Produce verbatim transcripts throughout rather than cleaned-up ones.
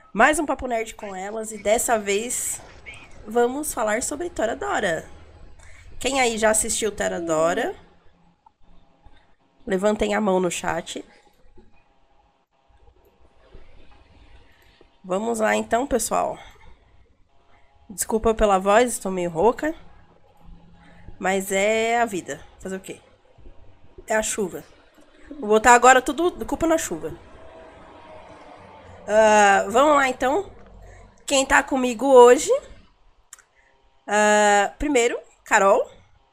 Mais um Papo Nerd com elas e dessa vez vamos falar sobre Toradora. Quem aí já assistiu Toradora? Levantem a mão no chat. Vamos lá então, pessoal. Desculpa pela voz, estou meio rouca. Mas é a vida. Fazer o quê? É a chuva. Vou botar agora tudo culpa na chuva. Uh, vamos lá então. Quem tá comigo hoje? Uh, primeiro, Carol.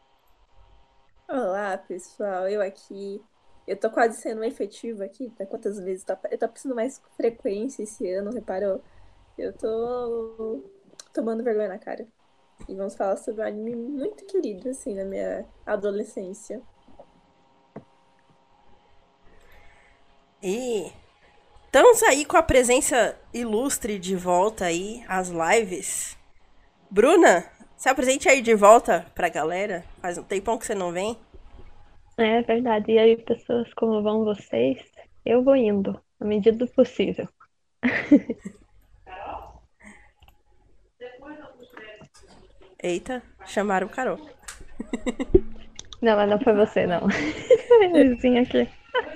Olá, pessoal. Eu aqui. Eu tô quase sendo efetiva aqui. Tá quantas vezes? Tá- Eu tô precisando mais frequência esse ano, reparou? Eu tô tomando vergonha na cara. E vamos falar sobre um anime muito querido, assim, na minha adolescência. E estamos aí com a presença ilustre de volta aí às lives. Bruna, se apresente aí de volta pra galera. Faz um tempão que você não vem. É verdade. E aí, pessoas, como vão vocês? Eu vou indo, na medida do possível. Eita, chamaram o Carol. Não, mas não foi você, não. Vizinho aqui.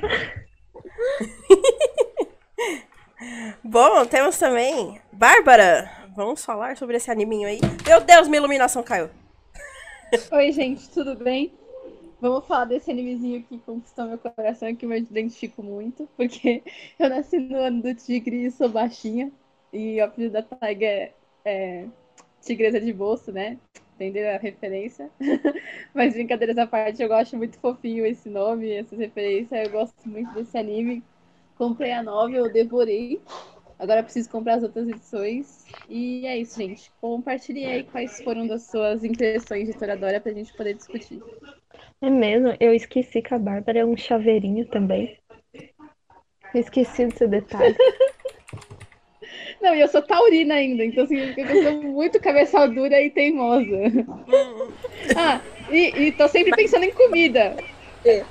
Bom, temos também Bárbara. Vamos falar sobre esse animinho aí. Meu Deus, minha iluminação caiu. Oi, gente, tudo bem? Vamos falar desse animezinho que conquistou meu coração, que eu me identifico muito, porque eu nasci no ano do tigre e sou baixinha, e o apelido da Taiga é, é tigresa de bolso, né? Entenderam a referência? Mas brincadeiras à parte, eu gosto muito fofinho esse nome, essas referências, eu gosto muito desse anime. Comprei a novel, eu devorei. Agora eu preciso comprar as outras edições. E é isso, gente. Compartilhe aí quais foram das suas impressões de Toradora pra gente poder discutir. É mesmo, eu esqueci que a Bárbara é um chaveirinho também. Eu esqueci desse detalhe. Não, e eu sou taurina ainda, então significa que eu sou muito cabeça dura e teimosa. Ah, e, e tô sempre pensando em comida. E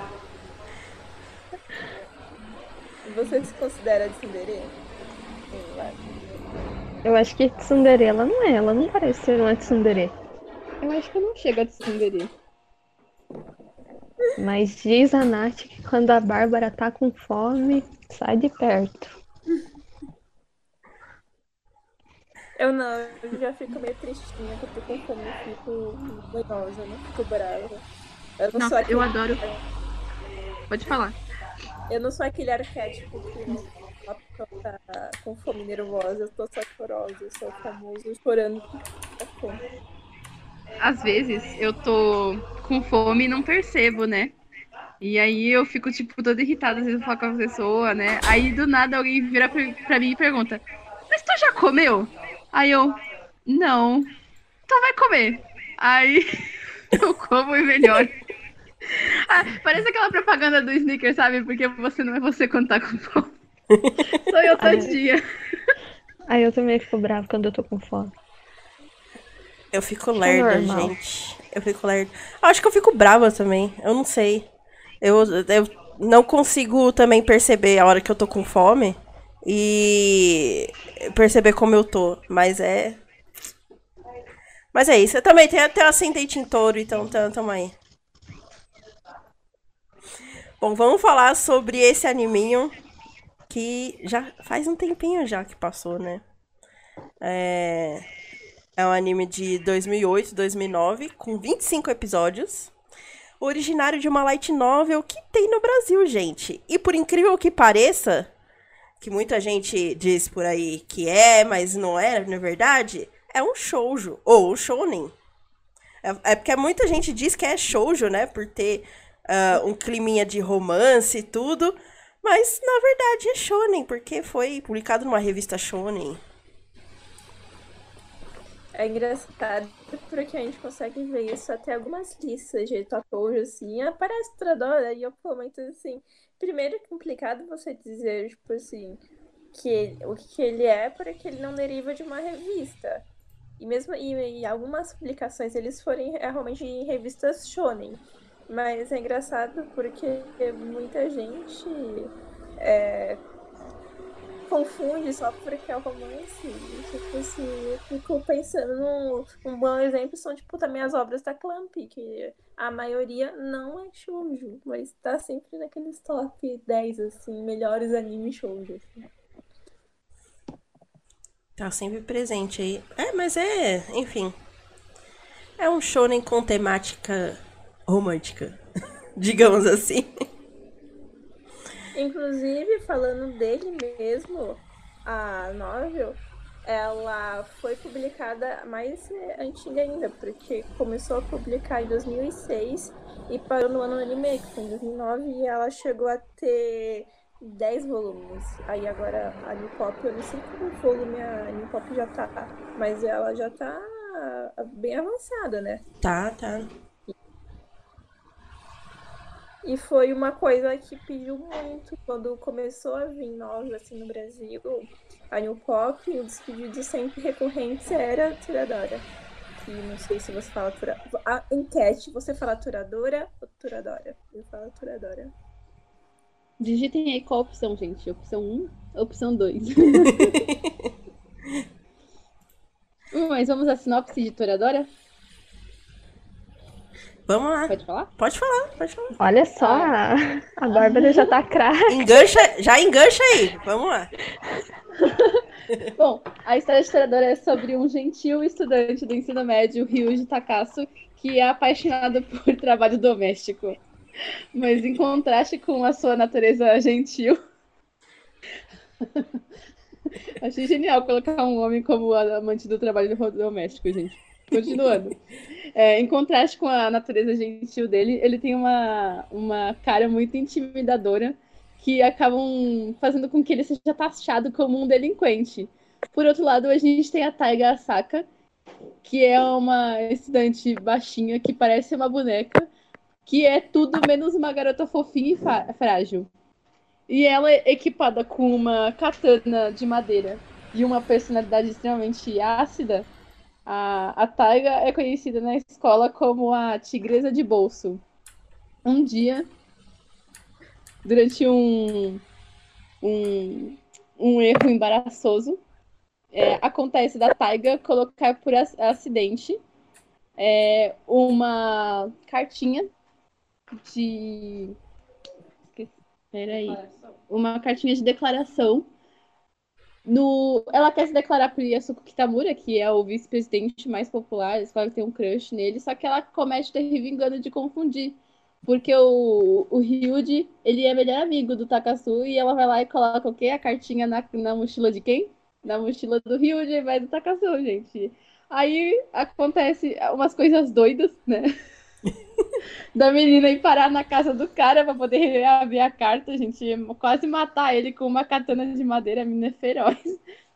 você se considera tsundere? Hum, vai. Eu acho que tsundere, ela não é, ela não parece ser uma tsundere. Eu acho que eu não chego a tsundere. Mas diz a Nath que quando a Bárbara tá com fome, sai de perto. Eu não, eu já fico meio tristinha, que eu tô com fome, eu fico nojosa, eu não fico brava. Eu não sou Nossa, aquele, eu adoro. Pode falar. eu não sou aquele arquétipo que a pessoa tá com fome nervosa, eu tô só chorosa, eu sou o famoso chorando com fome. Às vezes eu tô com fome e não percebo, né? E aí eu fico, tipo, toda irritada, às vezes eu falo com a pessoa, né? Aí do nada alguém vira pra, pra mim e pergunta: Mas tu já comeu? Aí eu, não. Então vai comer. Aí eu como e melhor. Ah, parece aquela propaganda do Snickers, sabe? Porque você não é você quando tá com fome. Sou eu Ai, todinha. aí eu também fico brava quando eu tô com fome. Eu fico Acho que é lerda, normal. gente. Eu fico lerda. Acho que eu fico brava também. Eu não sei. Eu, eu não consigo também perceber a hora que eu tô com fome e perceber como eu tô. Mas é. Mas é isso. Eu também tenho até um ascendente em touro, então tam- tamo aí. Bom, vamos falar sobre esse animinho que já faz um tempinho já que passou, né? É, é um anime de dois mil e oito, dois mil e nove, com vinte e cinco episódios. Originário de uma light novel que tem no Brasil, gente. E por incrível que pareça, que muita gente diz por aí que é, mas não é, na verdade, é um shoujo, ou um shounen. É, é porque muita gente diz que é shoujo, né, por ter uh, um climinha de romance e tudo, mas na verdade é shonen, porque foi publicado numa revista shonen. É engraçado porque a gente consegue ver isso até algumas listas de tatuagem, assim, aparece Toradora e eu comento assim. Primeiro é complicado você dizer, tipo assim, que ele- o que ele é porque ele não deriva de uma revista. E mesmo e, e algumas publicações eles forem realmente em revistas shonen. Mas é engraçado porque muita gente é, confunde só porque é o romance. Tipo assim, eu fico pensando num um bom exemplo são, tipo, também as obras da Clamp, que a maioria não é shoujo, mas tá sempre naqueles top dez, assim, melhores anime shoujo. Assim. Tá sempre presente aí. É, mas é, enfim. É um shonen com temática romântica, digamos assim. Inclusive, falando dele mesmo, a novel, ela foi publicada mais antiga ainda, porque começou a publicar em dois mil e seis e parou no ano anime, que foi em dois mil e nove, e ela chegou a ter dez volumes. Aí agora a New Pop, eu não sei qual volume a New Pop já tá, mas ela já tá bem avançada, né? Tá, tá. E foi uma coisa que pediu muito quando começou a vir novel assim no Brasil. A New Pop, um dos pedidos sempre recorrentes era Toradora. Que não sei se você fala Toradora. A enquete, você fala Toradora ou Toradora? Eu falo Toradora. Digitem aí qual a opção, gente. Opção um, opção dois. hum, mas vamos à sinopse de Toradora? Vamos lá. Pode falar? Pode falar, pode falar. Olha só, a, a Bárbara já tá craque. Engancha, já engancha aí. Vamos lá. Bom, a história de Toradora é sobre um gentil estudante do ensino médio, Ryuji Takasu, que é apaixonado por trabalho doméstico. Mas em contraste com a sua natureza gentil... Achei genial colocar um homem como amante do trabalho doméstico, gente. Continuando. É, em contraste com a natureza gentil dele, ele tem uma, uma cara muito intimidadora que acabam fazendo com que ele seja taxado como um delinquente. Por outro lado, a gente tem a Taiga Asaka, que é uma estudante baixinha que parece uma boneca, que é tudo menos uma garota fofinha e frágil. E ela é equipada com uma katana de madeira e uma personalidade extremamente ácida. A, a Taiga é conhecida na escola como a tigresa de bolso. Um dia, durante um, um, um erro embaraçoso, é, acontece da Taiga colocar por acidente é, uma cartinha de... Peraí. Uma cartinha de declaração. No... Ela quer se declarar por Yasuko Kitamura, que é o vice-presidente mais popular, eles falam que tem um crush nele, só que ela comete o terrível engano de confundir. Porque o, o Ryuji, ele é melhor amigo do Takasu, e ela vai lá e coloca o quê? A cartinha na, na mochila de quem? Na mochila do Ryuji, vai do Takasu, gente. Aí acontece umas coisas doidas, né? Da menina ir parar na casa do cara pra poder abrir a carta, gente. Quase matar ele com uma katana de madeira, a menina é feroz.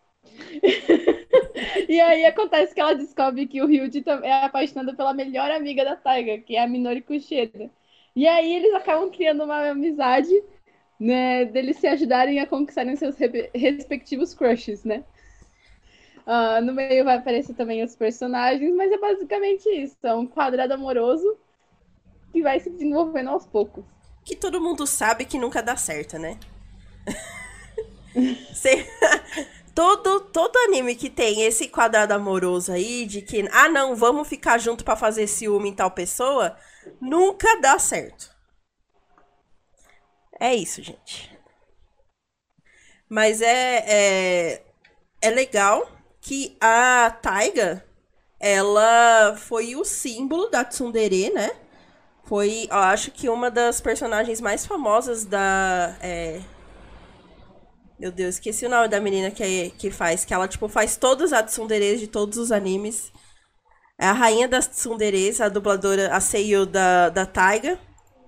E aí acontece que ela descobre que o Ryuji é apaixonado pela melhor amiga da Taiga, que é a Minori Kushida. E aí eles acabam criando uma amizade, né, deles se ajudarem a conquistarem seus respectivos crushes, né? Uh, no meio vai aparecer também os personagens, mas é basicamente isso. É um quadrado amoroso que vai se desenvolvendo aos poucos. Que todo mundo sabe que nunca dá certo, né? Cê... todo, todo anime que tem esse quadrado amoroso aí, de que, ah não, vamos ficar junto pra fazer ciúme em tal pessoa, nunca dá certo. É isso, gente. Mas é, é, é legal que a Taiga, ela foi o símbolo da tsundere, né? Foi, eu acho que uma das personagens mais famosas da... É... Meu Deus, esqueci o nome da menina que, que faz. Que ela, tipo, faz todas as tsunderes de todos os animes. É a rainha das tsunderes, a dubladora, a seiyuu da, da Taiga.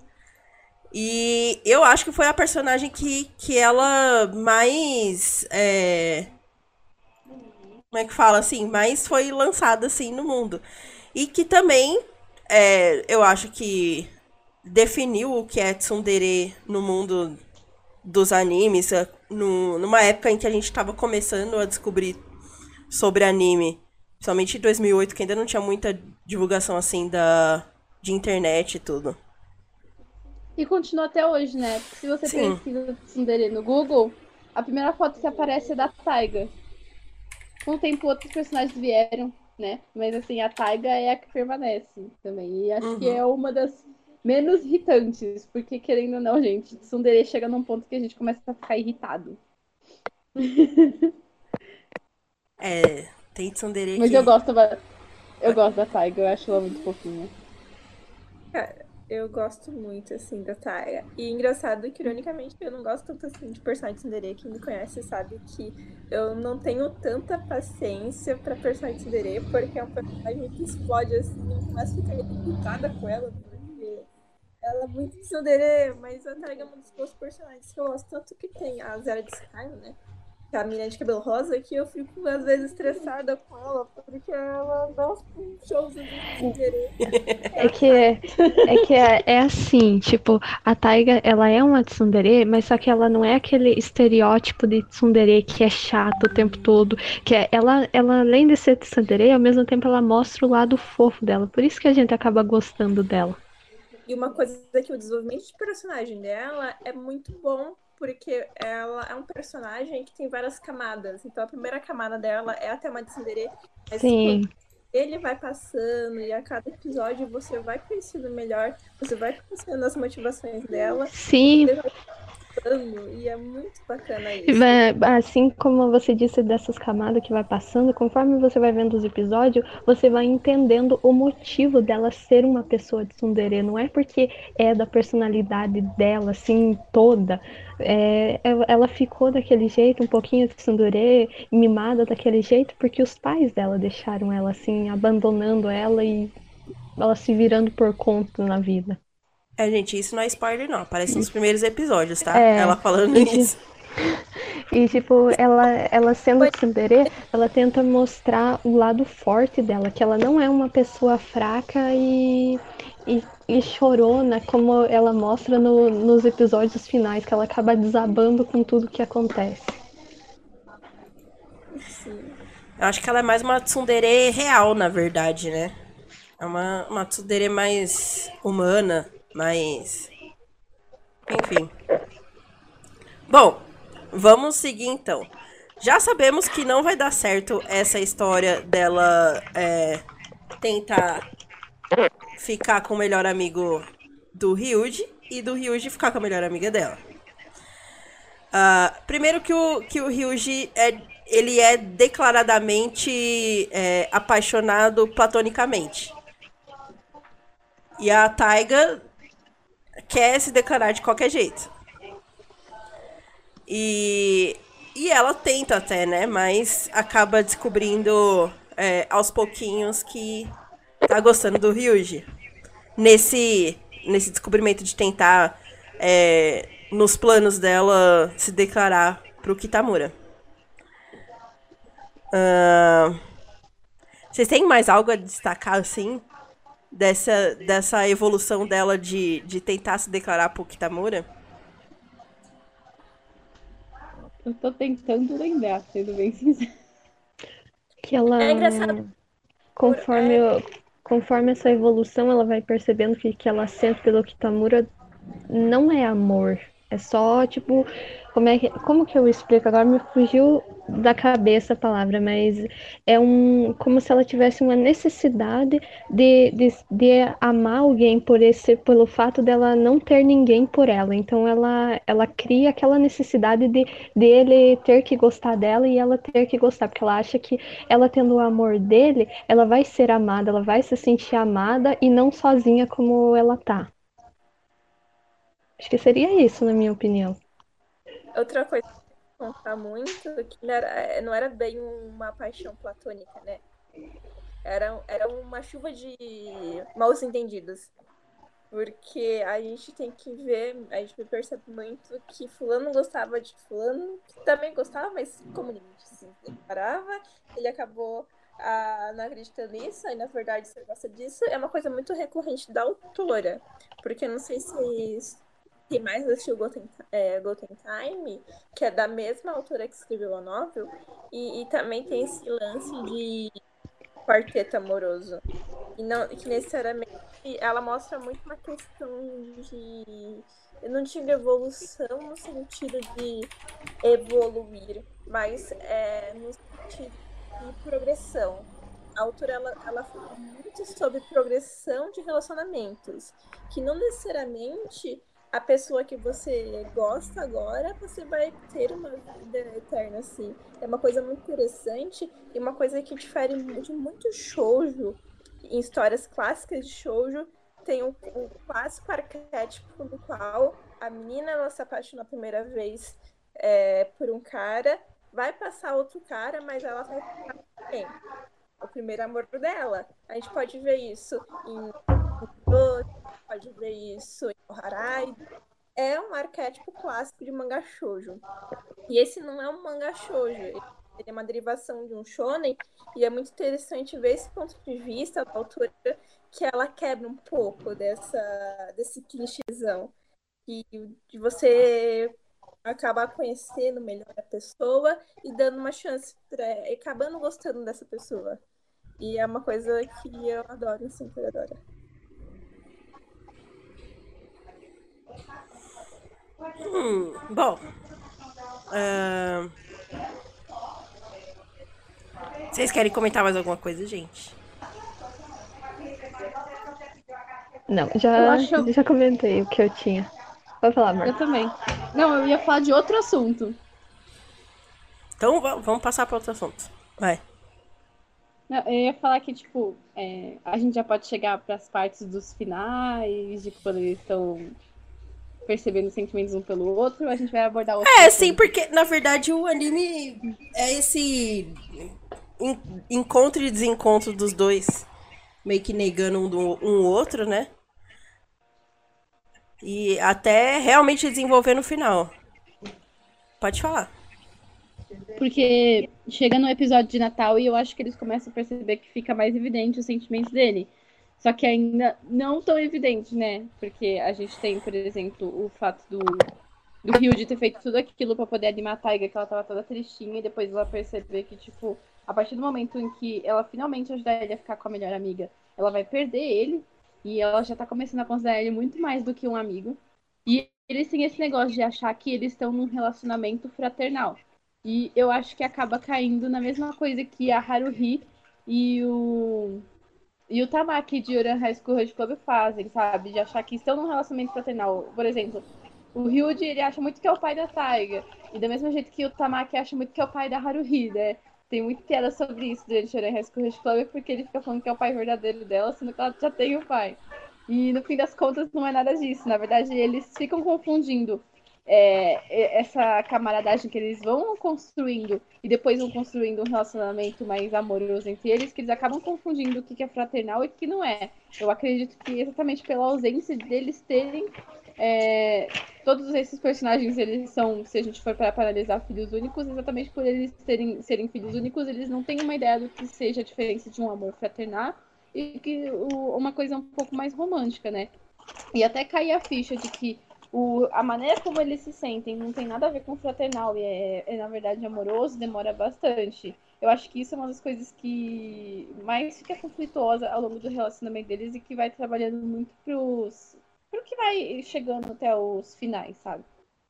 E eu acho que foi a personagem que, que ela mais... É... Como é que fala, assim? Mais foi lançada, assim, no mundo. E que também... É, eu acho que definiu o que é tsundere no mundo dos animes, no, numa época em que a gente estava começando a descobrir sobre anime, principalmente em dois mil e oito, que ainda não tinha muita divulgação assim da, de internet e tudo. E continua até hoje, né? Porque se você pesquisa tsundere no Google, a primeira foto que aparece é da Taiga. Com o tempo, outros personagens vieram, né? Mas assim, a Taiga é a que permanece também. E acho Uhum. que é uma das menos irritantes, porque querendo ou não, gente, tsundere chega num ponto que a gente começa a ficar irritado. É, tem tsundere Mas eu que... gosto, eu gosto da Taiga, eu acho ela muito fofinha. Cara, eu gosto muito, assim, da Taya. E engraçado que, ironicamente, eu não gosto tanto, assim, de personagem tsundere. Quem me conhece sabe que eu não tenho tanta paciência pra personagem tsundere, porque é um personagem que explode, assim, eu começo a ficar irritada com ela, porque ela é muito tsundere, mas a Taiga é um dos meus personagens que eu gosto. Tanto que tem a Zero de Sky, né? Que é a menina de cabelo rosa, que eu fico, às vezes, estressada com ela, porque ela dá uns shows, às vezes, tsundere. É que é, é que é, é assim, tipo, a Taiga, ela é uma tsundere, mas só que ela não é aquele estereótipo de tsundere que é chato o tempo todo, que é, ela, ela além de ser tsundere, ao mesmo tempo ela mostra o lado fofo dela, por isso que a gente acaba gostando dela. E uma coisa que o desenvolvimento de personagem dela é muito bom, porque ela é um personagem que tem várias camadas. Então a primeira camada dela é a tema de tsundere, mas quando Sim, ele vai passando e a cada episódio você vai conhecendo melhor, você vai conhecendo as motivações dela, sim. você vai passando, e é muito bacana isso. É, assim como você disse dessas camadas que vai passando, conforme você vai vendo os episódios, você vai entendendo o motivo dela ser uma pessoa de tsundere. Não é porque é da personalidade dela, assim, toda. É, ela ficou daquele jeito, um pouquinho de tsundere, mimada daquele jeito, porque os pais dela deixaram ela assim, abandonando ela e ela se virando por conta na vida. É, gente, isso não é spoiler, não. Aparece nos primeiros episódios, tá? É, Ela falando e, isso. E, tipo, ela, ela sendo tsundere, ela tenta mostrar o lado forte dela, que ela não é uma pessoa fraca e, e, e chorona, como ela mostra no, nos episódios finais, que ela acaba desabando com tudo que acontece. Sim. Eu acho que ela é mais uma tsundere real, na verdade, né? É uma, uma tsundere mais humana, mais... Enfim. Bom, vamos seguir então. Já sabemos que não vai dar certo essa história dela é, tentar ficar com o melhor amigo do Ryuji e do Ryuji ficar com a melhor amiga dela. Uh, primeiro que o, que o Ryuji é, ele é declaradamente é, apaixonado platonicamente. E a Taiga quer se declarar de qualquer jeito. E, e ela tenta até, né? Mas acaba descobrindo é, aos pouquinhos que tá gostando do Ryuji. Nesse, nesse descobrimento de tentar, é, nos planos dela, se declarar pro Kitamura. Uh, vocês têm mais algo a destacar, assim? Dessa, dessa evolução dela de, de tentar se declarar pro Kitamura? Eu tô tentando lembrar, sendo bem sincero. Que ela, É engraçado. conforme, É, conforme essa evolução, ela vai percebendo que que ela sente pelo Kitamura não é amor. É só, tipo, como, é que, como que eu explico? Agora me fugiu da cabeça a palavra, mas é um como se ela tivesse uma necessidade de, de, de amar alguém por esse, pelo fato dela não ter ninguém por ela. Então ela, ela cria aquela necessidade de, de ele ter que gostar dela e ela ter que gostar, porque ela acha que ela tendo o amor dele, ela vai ser amada, ela vai se sentir amada e não sozinha como ela tá. Acho que seria isso, na minha opinião. outra coisa que eu contar muito que não era, não era bem uma paixão platônica, né? Era, era uma chuva de maus entendidos. Porque a gente tem que ver, a gente percebe muito que fulano gostava de fulano, que também gostava, mas como ninguém se declarava, ele acabou ah, não acreditando nisso, e na verdade você gosta disso. É uma coisa muito recorrente da autora. Porque eu não sei se tem mais assistiu Goten, é, Goten Time, que é da mesma autora que escreveu a novel, e, e também tem esse lance de quarteto amoroso. E não que necessariamente ela mostra muito uma questão de. Eu não digo evolução no sentido de evoluir, mas é, no sentido de progressão. A autora ela, ela fala muito sobre progressão de relacionamentos, que não necessariamente a pessoa que você gosta agora você vai ter uma vida eterna assim. É uma coisa muito interessante e uma coisa que difere de muito shoujo em histórias clássicas de shoujo. Tem o, o clássico arquétipo no qual a menina ela se apaixona a primeira vez é, por um cara, vai passar outro cara, mas ela vai ficar bem. O primeiro amor dela. A gente pode ver isso em pode ver isso em Harai. É um arquétipo clássico de mangá shoujo. E esse não é um mangá shoujo, ele é uma derivação de um shonen, e é muito interessante ver esse ponto de vista da autora, que ela quebra um pouco dessa, desse clichêzão. E de você acabar conhecendo melhor a pessoa e dando uma chance para e acabando gostando dessa pessoa. E é uma coisa que eu adoro, assim, que eu adoro. Hum, bom. ahn, Vocês querem comentar mais alguma coisa, gente? Não, Eu já, acho. já comentei o que eu tinha. Pode falar, Eu Marco. também. Não, eu ia falar de outro assunto. Então va- vamos passar para outro assunto. Vai. Não, eu ia falar que, tipo, é, a gente já pode chegar para as partes dos finais, de quando eles estão percebendo sentimentos um pelo outro, ou a gente vai abordar outros É, sim, assuntos. porque na verdade o anime é esse en- encontro e desencontro dos dois, meio que negando um do um outro, né? E até realmente desenvolver no final. Pode falar. Porque chega no episódio de Natal e eu acho que eles começam a perceber que fica mais evidente os sentimentos dele. Só que ainda não tão evidente, né? Porque a gente tem, por exemplo, o fato do, do Rio de ter feito tudo aquilo pra poder animar a Taiga, que ela tava toda tristinha, e depois ela perceber que, tipo, a partir do momento em que ela finalmente ajudar ele a ficar com a melhor amiga, ela vai perder ele, e ela já tá começando a considerar ele muito mais do que um amigo. E eles têm esse negócio de achar que eles estão num relacionamento fraternal. E eu acho que acaba caindo na mesma coisa que a Haruhi e o e o Tamaki de Oran High School Road Club fazem, sabe? De achar que estão num relacionamento fraternal. Por exemplo, o Ryuji, ele acha muito que é o pai da Taiga. E do mesmo jeito que o Tamaki acha muito que é o pai da Haruhi, né? Tem muito piada sobre isso durante Oran High School Road Club, porque ele fica falando que é o pai verdadeiro dela, sendo que ela já tem o pai. E no fim das contas não é nada disso. Na verdade, eles ficam confundindo é, essa camaradagem que eles vão construindo e depois vão construindo um relacionamento mais amoroso entre eles, que eles acabam confundindo o que é fraternal e o que não é. Eu acredito que exatamente pela ausência deles terem é, todos esses personagens, eles são, se a gente for para analisar, filhos únicos, exatamente por eles terem, serem filhos únicos, eles não têm uma ideia do que seja a diferença de um amor fraternal e que o, uma coisa um pouco mais romântica, né? E até cair a ficha de que o, a maneira como eles se sentem não tem nada a ver com fraternal e é, é, na verdade, amoroso, demora bastante. Eu acho que isso é uma das coisas que mais fica conflituosa ao longo do relacionamento deles e que vai trabalhando muito pros, pro que vai chegando até os finais, sabe?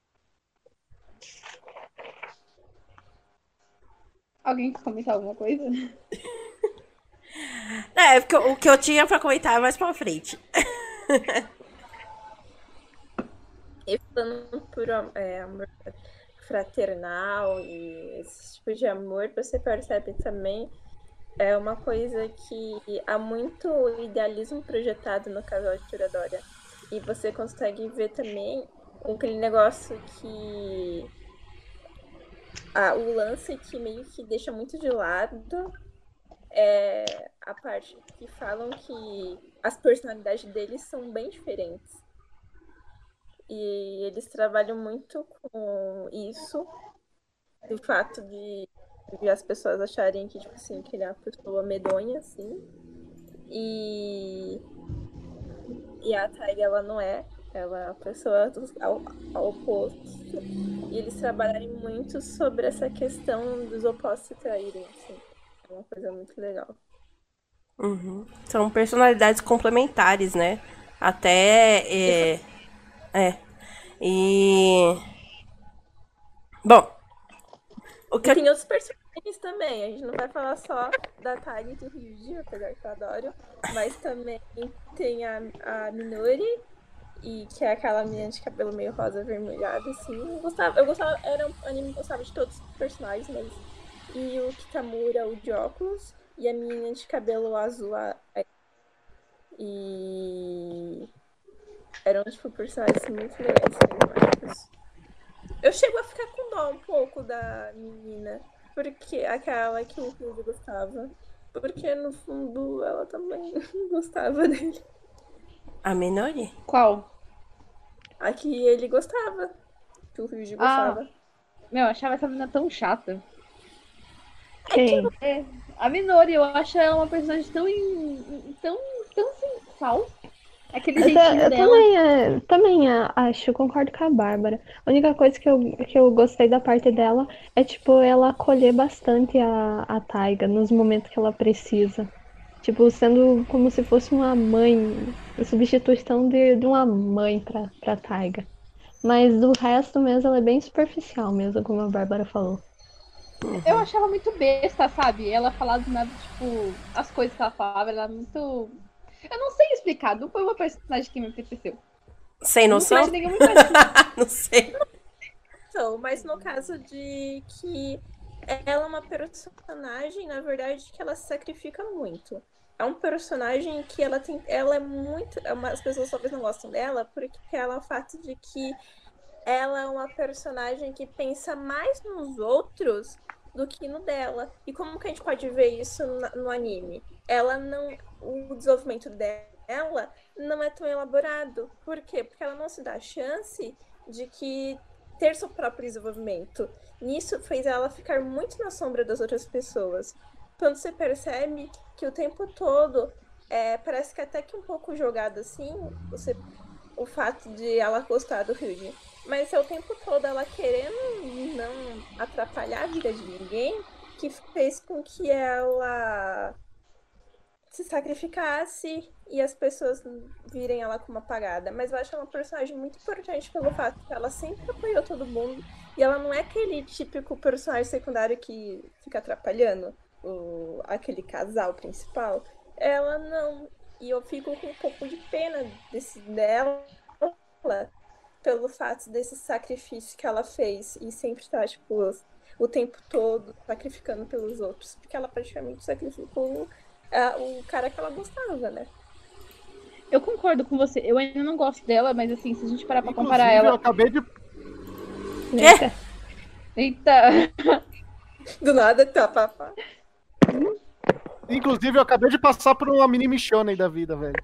Alguém quer comentar alguma coisa? É, porque o que eu tinha pra comentar é mais pra frente. E falando por é, amor fraternal e esse tipo de amor, você percebe também é uma coisa que há muito idealismo projetado no casal de Toradora. E você consegue ver também aquele negócio que ah, o lance que meio que deixa muito de lado é a parte que falam que as personalidades deles são bem diferentes. E eles trabalham muito com isso, do fato de, de as pessoas acharem que, tipo assim, que ele é uma pessoa medonha, assim. E, e a Taiga, ela não é. Ela é uma pessoa do, ao, ao oposto. E eles trabalharem muito sobre essa questão dos opostos se traírem, assim. É uma coisa muito legal. Uhum. São personalidades complementares, né? Até. É. é. E. Bom, o que E eu. tem outros personagens também. A gente não vai falar só da Tari e do Ryuji, apesar que eu adoro. Mas também tem a, a Minori, e que é aquela menina de cabelo meio rosa avermelhado, assim. Eu gostava, eu gostava, era um anime que eu gostava de todos os personagens, mas. E o Kitamura, o de óculos, e a menina de cabelo azul. A... E. Eram, tipo, personagens muito legais, carismáticos. Eu chego a ficar com dó um pouco da menina, porque aquela que o Ryuji gostava. Porque no fundo ela também gostava dele. A Minori? Qual? A que ele gostava. Que o Ryuji Ah, gostava. meu, eu achava essa menina tão chata. Quem? É, a Minori, eu acho ela uma personagem tão, in- tão, tão sensual. Aquele Eu, ta- jeitinho eu dela. também, é, também é, acho, concordo com a Bárbara. A única coisa que eu, que eu gostei da parte dela é, tipo, ela acolher bastante a, a Taiga nos momentos que ela precisa. Tipo, sendo como se fosse uma mãe, a substituição de, de uma mãe pra, pra Taiga. Mas do resto mesmo, ela é bem superficial mesmo, como a Bárbara falou. Eu achava muito besta, sabe? Ela falava do nada, tipo, as coisas que ela falava, ela era muito. Eu não sei explicar, não foi uma personagem que me apeteceu. Sem Não noção? senti nenhuma empatia. Não sei. Então, mas no caso de que ela é uma personagem, na verdade, que ela se sacrifica muito. É um personagem que ela tem. Ela é muito. As pessoas talvez não gostam dela, porque ela é o fato de que ela é uma personagem que pensa mais nos outros do que no dela. E como que a gente pode ver isso no anime? Ela não. O desenvolvimento dela não é tão elaborado. Por quê? Porque ela não se dá a chance de que ter seu próprio desenvolvimento. Nisso fez ela ficar muito na sombra das outras pessoas. Quando você percebe que o tempo todo é, parece que até que um pouco jogado assim, você, o fato de ela gostar do Ryuji. Mas é o tempo todo ela querendo não atrapalhar a vida de ninguém, que fez com que ela se sacrificasse e as pessoas virem ela como apagada. Mas eu acho ela uma personagem muito importante pelo fato que ela sempre apoiou todo mundo e ela não é aquele típico personagem secundário que fica atrapalhando o, aquele casal principal. Ela não. E eu fico com um pouco de pena desse, dela pelo fato desse sacrifício que ela fez e sempre tá, tipo, o tempo todo sacrificando pelos outros. Porque ela praticamente sacrificou uh, o cara que ela gostava, né? Eu concordo com você. Eu ainda não gosto dela, mas assim, se a gente parar pra Inclusive, comparar ela. eu acabei de. Eita. Eita! Do nada, tá, papá. Inclusive, eu acabei de passar por uma mini Michonne aí da vida, velho.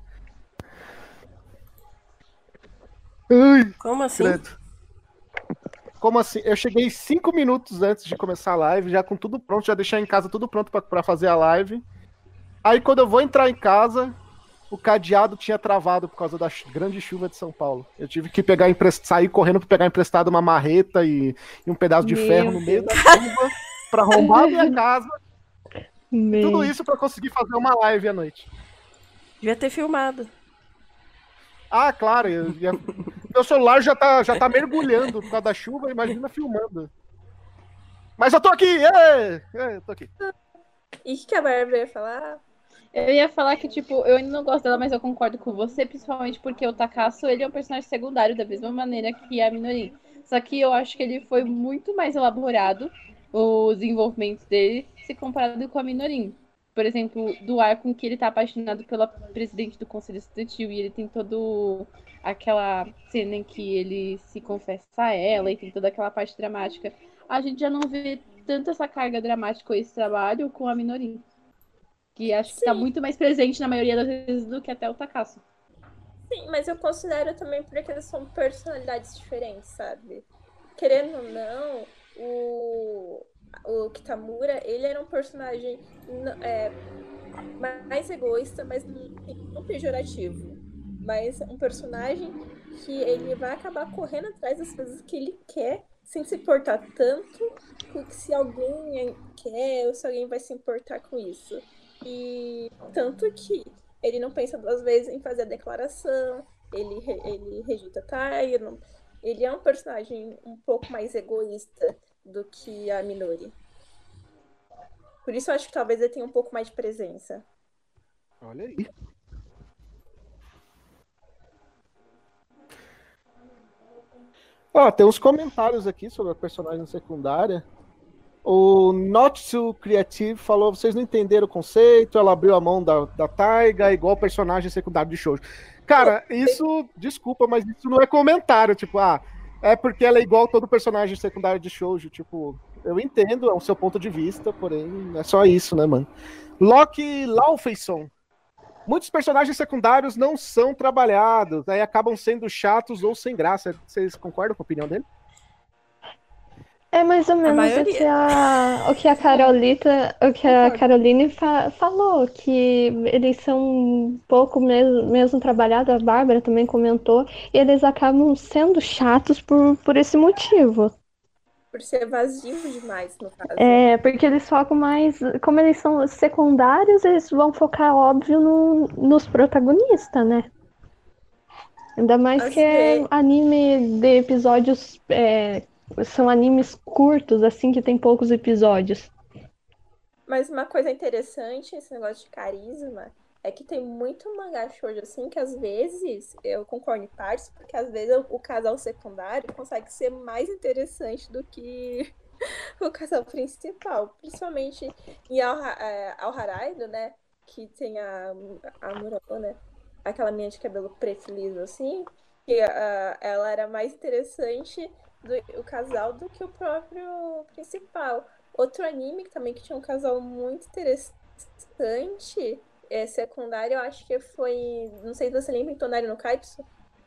Ai, Como assim? credo. Como assim? Eu cheguei cinco minutos antes de começar a live, já com tudo pronto, já deixei em casa tudo pronto pra, pra fazer a live. Aí quando eu vou entrar em casa, o cadeado tinha travado por causa da ch- grande chuva de São Paulo. Eu tive que pegar emprest... sair correndo pra pegar emprestado uma marreta e, e um pedaço de Meu ferro no meio da chuva pra arrombar a minha casa. E tudo Meu. isso pra conseguir fazer uma live à noite. Devia ter filmado. Ah, claro. eu ia- Meu celular já tá, já tá mergulhando por causa da chuva, imagina filmando. Mas eu tô aqui! É, é, eu tô aqui. E o que, que a Bárbara ia falar? Eu ia falar que, tipo, eu ainda não gosto dela, mas eu concordo com você, principalmente porque o Takasu, ele é um personagem secundário, da mesma maneira que a Minori. Só que eu acho que ele foi muito mais elaborado, o desenvolvimento dele, se comparado com a Minorin. Por exemplo, do arco em que ele tá apaixonado pela presidente do Conselho Estudantil e ele tem todo aquela cena em que ele se confessa a ela e tem toda aquela parte dramática. A gente já não vê tanto essa carga dramática com esse trabalho com a Minorin. Que acho que tá Sim, muito mais presente na maioria das vezes do que até o Takasu. sim, mas eu considero também porque eles são personalidades diferentes, sabe? Querendo ou não, o, o Kitamura, ele era um personagem n- é, mais egoísta, mas não, não pejorativo. Mas um personagem que ele vai acabar correndo atrás das coisas que ele quer, sem se importar tanto com se alguém quer ou se alguém vai se importar com isso. E tanto que ele não pensa duas vezes em fazer a declaração, ele, re- ele rejeita Tyrion. Ele é um personagem um pouco mais egoísta do que a Minori. Por isso eu acho que talvez ele tenha um pouco mais de presença. Olha aí. Ó, tem uns comentários aqui sobre a personagem secundária. O Not So Creative falou: vocês não entenderam o conceito, ela abriu a mão da, da Taiga, igual personagem secundário de shoujo. Cara, isso, desculpa, mas isso não é comentário, tipo, ah, é porque ela é igual todo personagem secundário de shoujo, tipo, eu entendo, é o seu ponto de vista, porém, é só isso, né, mano? Loki Laufeyson. Muitos personagens secundários não são trabalhados, aí acabam sendo chatos ou sem graça. Vocês concordam com a opinião dele? É mais ou menos o que maioria. a, o que a Carolita, o que a Caroline fa- falou, que eles são um pouco mesmo, mesmo trabalhados, a Bárbara também comentou, e eles acabam sendo chatos por, por esse motivo. Por ser vazio demais, no caso. É, porque eles focam mais, como eles são secundários, eles vão focar, óbvio, no, nos protagonistas, né? Ainda mais Às que é vezes- anime de episódios, é, são animes curtos, assim, que tem poucos episódios. Mas uma coisa interessante, esse negócio de carisma, é que tem muito mangá shoujo assim, que às vezes, eu concordo em partes, porque às vezes o, o casal secundário consegue ser mais interessante do que o casal principal. Principalmente em Al, é, Al Haraido, né? Que tem a, a Murako, né? Aquela menina de cabelo preto liso, assim, que ah, ela era mais interessante do o casal do que o próprio principal. Outro anime que também que tinha um casal muito interessante, é, secundário, eu acho que foi. Não sei se você lembra, em Tonari no Kaitsu.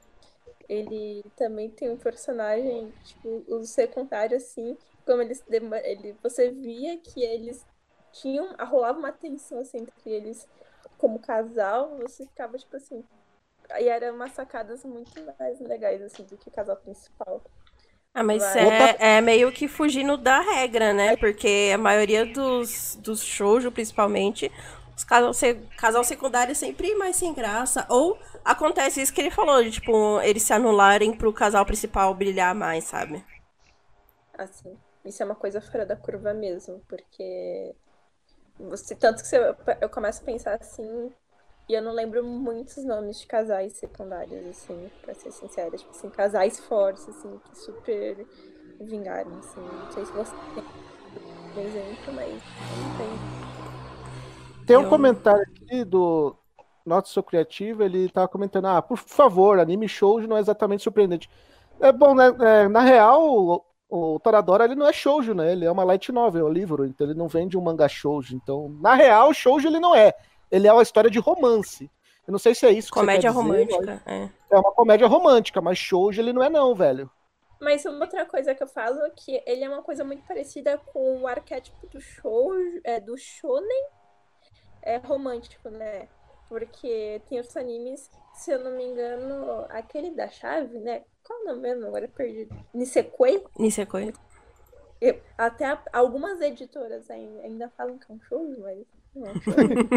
Ele também tem um personagem, tipo, o secundário, assim, como eles. dema- Ele, você via que eles tinham. Rolava uma tensão assim entre eles como casal, você ficava, tipo assim. E eram umas sacadas muito mais legais, assim, do que o casal principal. Ah, mas Vai. Outra- é, é meio que fugindo da regra, né? Porque a maioria dos, dos shoujo, principalmente, os casal, se- casal secundário é sempre mais sem graça. Ou acontece isso que ele falou, de, tipo, eles se anularem pro casal principal brilhar mais, sabe? Assim, isso é uma coisa fora da curva mesmo, porque você, tanto que você, eu começo a pensar assim, e eu não lembro muitos nomes de casais secundários, assim, pra ser sincera, tipo assim, casais fortes, assim, que super vingaram, assim, não sei se você tem um exemplo, mas eu não tenho. Tem um Eu- comentário aqui do Not So Creative, ele tava comentando, ah, por favor, anime shoujo não é exatamente surpreendente. É bom, né? É, na real, o, o Toradora, ele não é shoujo, né? Ele é uma light novel, é um livro, então ele não vende um mangá shoujo. Então, na real, shoujo ele não é. Ele é uma história de romance. Eu não sei se é isso que Comédia você quer dizer. romântica, é. É uma comédia romântica, mas shoujo ele não é não, velho. Mas uma outra coisa que eu falo é que ele é uma coisa muito parecida com o arquétipo do show, é, do shonen é romântico, né? Porque tem outros animes, se eu não me engano, aquele da chave, né? Qual é o nome mesmo? Agora eu perdi. Nisekoi? Nisekoi. Eu- Até a- algumas editoras ainda, ainda falam que é um shoujo, mas não é um shonen.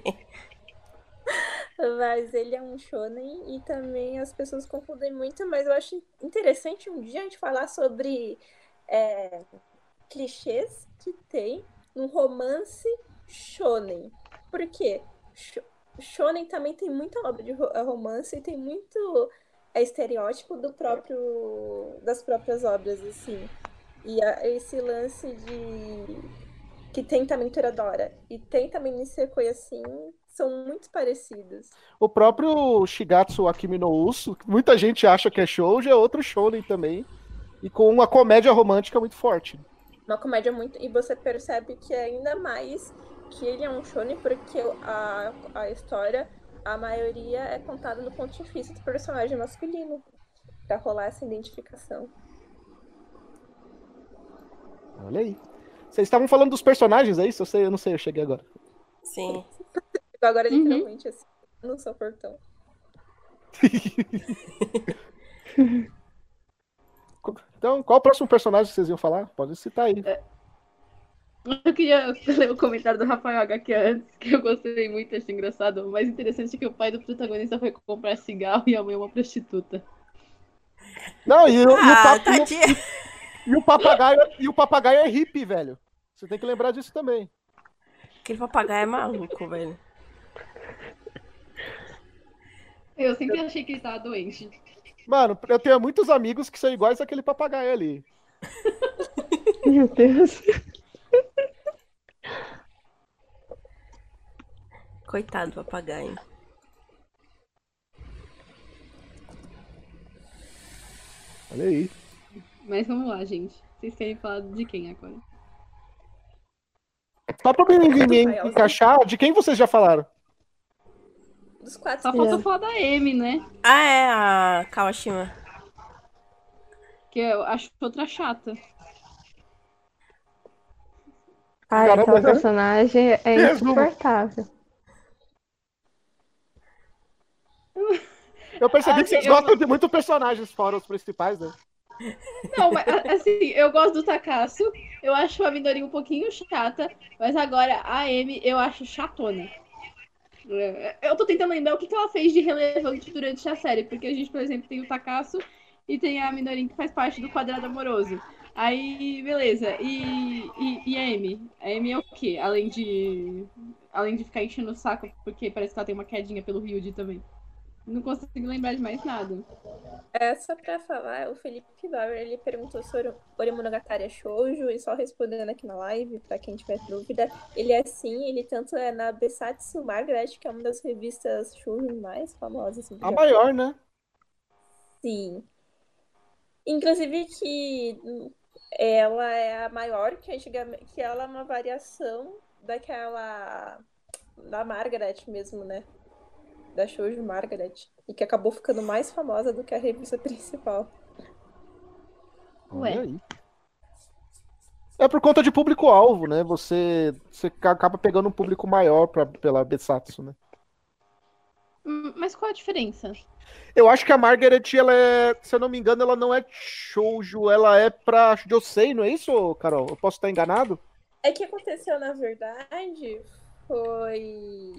Mas ele é um shonen e também as pessoas confundem muito, mas eu acho interessante um dia a gente falar sobre é, clichês que tem num romance shonen. Por quê? Sh- Shonen também tem muita obra de ro- romance e tem muito é, estereótipo do próprio das próprias obras, assim. E a- esse lance de que tem também Toradora e tem também Nisekoi, assim, são muito parecidos. O próprio Shigatsu Akimi no Uso, que muita gente acha que é shoujo, é outro shonen também. E com uma comédia romântica muito forte. Uma comédia muito. E você percebe que é ainda mais que ele é um shonen, porque a, a história, a maioria é contada do ponto de vista do personagem masculino. Pra rolar essa identificação. Olha aí. Vocês estavam falando dos personagens, é isso? Eu, sei, eu não sei, eu cheguei agora. Sim. Então, agora, Uhum. literalmente, assim, no seu portão. Então, qual o próximo personagem que vocês iam falar? Pode citar aí. Eu queria ler o comentário do Rafael H que antes, que eu gostei muito, achei engraçado. O mais interessante é que o pai do protagonista foi comprar cigarro e a mãe é uma prostituta. Não, e, o- e o, Ah, pap- e, o, tadinha. e o papagaio, e o papagaio é hippie, velho. Você tem que lembrar disso também. Aquele papagaio é maluco, velho. Eu sempre achei que ele tava doente. Mano, eu tenho muitos amigos que são iguais àquele papagaio ali. Meu Deus. Coitado do papagaio. Olha aí. Mas vamos lá, gente. Vocês querem falar de quem agora? Só pra mim, mim, mim Rafaelzinho. encaixar, de quem vocês já falaram? Dos quatro. Só falta É. falar da Amy, né? Ah, é a Kawashima. Que eu acho outra chata. Ai, Caramba, aquela né? personagem é Resumo. insuportável. Eu percebi Ah, que vocês sim, eu- gostam de muitos personagens fora os principais, né? Não, mas assim, eu gosto do Takasu. Eu acho a Midori um pouquinho chata. Mas agora a Amy eu acho chatona. É, Eu tô tentando lembrar o que que ela fez de relevante durante a série. Porque a gente, por exemplo, tem o Takasu e tem a Midori que faz parte do quadrado amoroso. Aí, beleza. E, e, e a Amy? A Amy é o quê? Além de. Além de ficar enchendo o saco, porque parece que ela tem uma quedinha pelo Ryuji também. Não consigo lembrar de mais nada. É, só pra falar, o Felipe Bauer, ele perguntou sobre o Orimonogatari é shoujo, e só respondendo aqui na live, pra quem tiver dúvida, ele é sim, ele tanto é na Besatsu Margaret, que é uma das revistas shoujo mais famosas. Assim, do A Japão. maior, né? Sim. Inclusive que hum, ela é a maior, que antigamente, que ela é uma variação daquela da Margaret mesmo, né? Da shoujo Margaret, e que acabou ficando mais famosa do que a revista principal. Olha Ué. aí. É por conta de público-alvo, né? Você, você acaba pegando um público maior pra, pela Besatsu, né? Hum, Mas qual a diferença? Eu acho que a Margaret, ela é, se eu não me engano, ela não é shoujo, ela é pra Josei, não é isso, Carol? Eu posso estar enganado? É que aconteceu, na verdade, foi.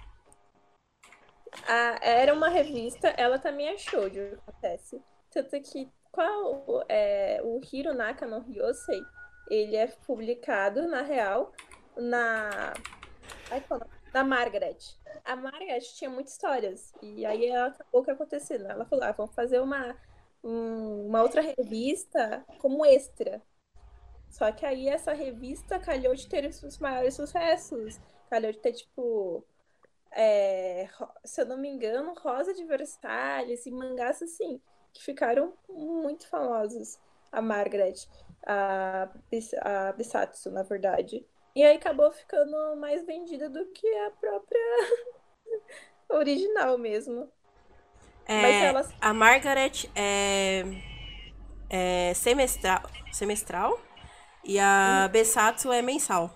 A... Era uma revista, ela também é shoujo, acontece. Tanto que qual é o Hiro Naka no Ryosei, ele é publicado, na real, na. Ai, qual é o nome? Na Margaret. A Margaret tinha muitas histórias. E aí ela acabou o que aconteceu, né? Ela falou: ah, vamos fazer uma, um- uma outra revista como extra. Só que aí essa revista calhou de ter os maiores sucessos. Calhou de ter, tipo, é, ro- se eu não me engano, Rosa de Versalhes e mangás assim, que ficaram muito famosos. A Margaret, a, Bis- a Bisatsu, na verdade. E aí acabou ficando mais vendida do que a própria original mesmo. Mas É, elas. a Margaret é, é semestral, semestral e a Besatsu é mensal.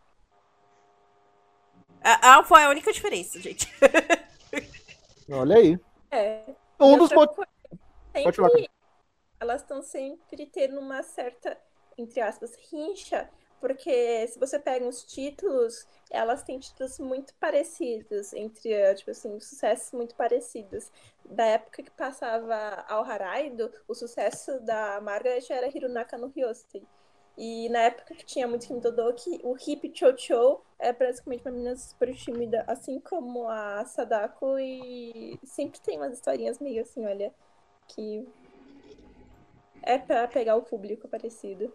Ah, foi a única diferença, gente. Olha aí. É. Um E dos outra motivos. coisa, Pode falar, sempre, elas estão sempre tendo uma certa, entre aspas, rincha, porque se você pega os títulos, elas têm títulos muito parecidos, entre, eh, tipo assim, sucessos muito parecidos. Da época que passava ao Haraido, o sucesso da Margaret era Hirunaka no Ryosei. E na época que tinha muito Kimi Todoki, o Hip Cho Cho é praticamente uma menina super tímida, assim como a Sadako, e sempre tem umas historinhas meio assim, olha, que é pra pegar o público parecido.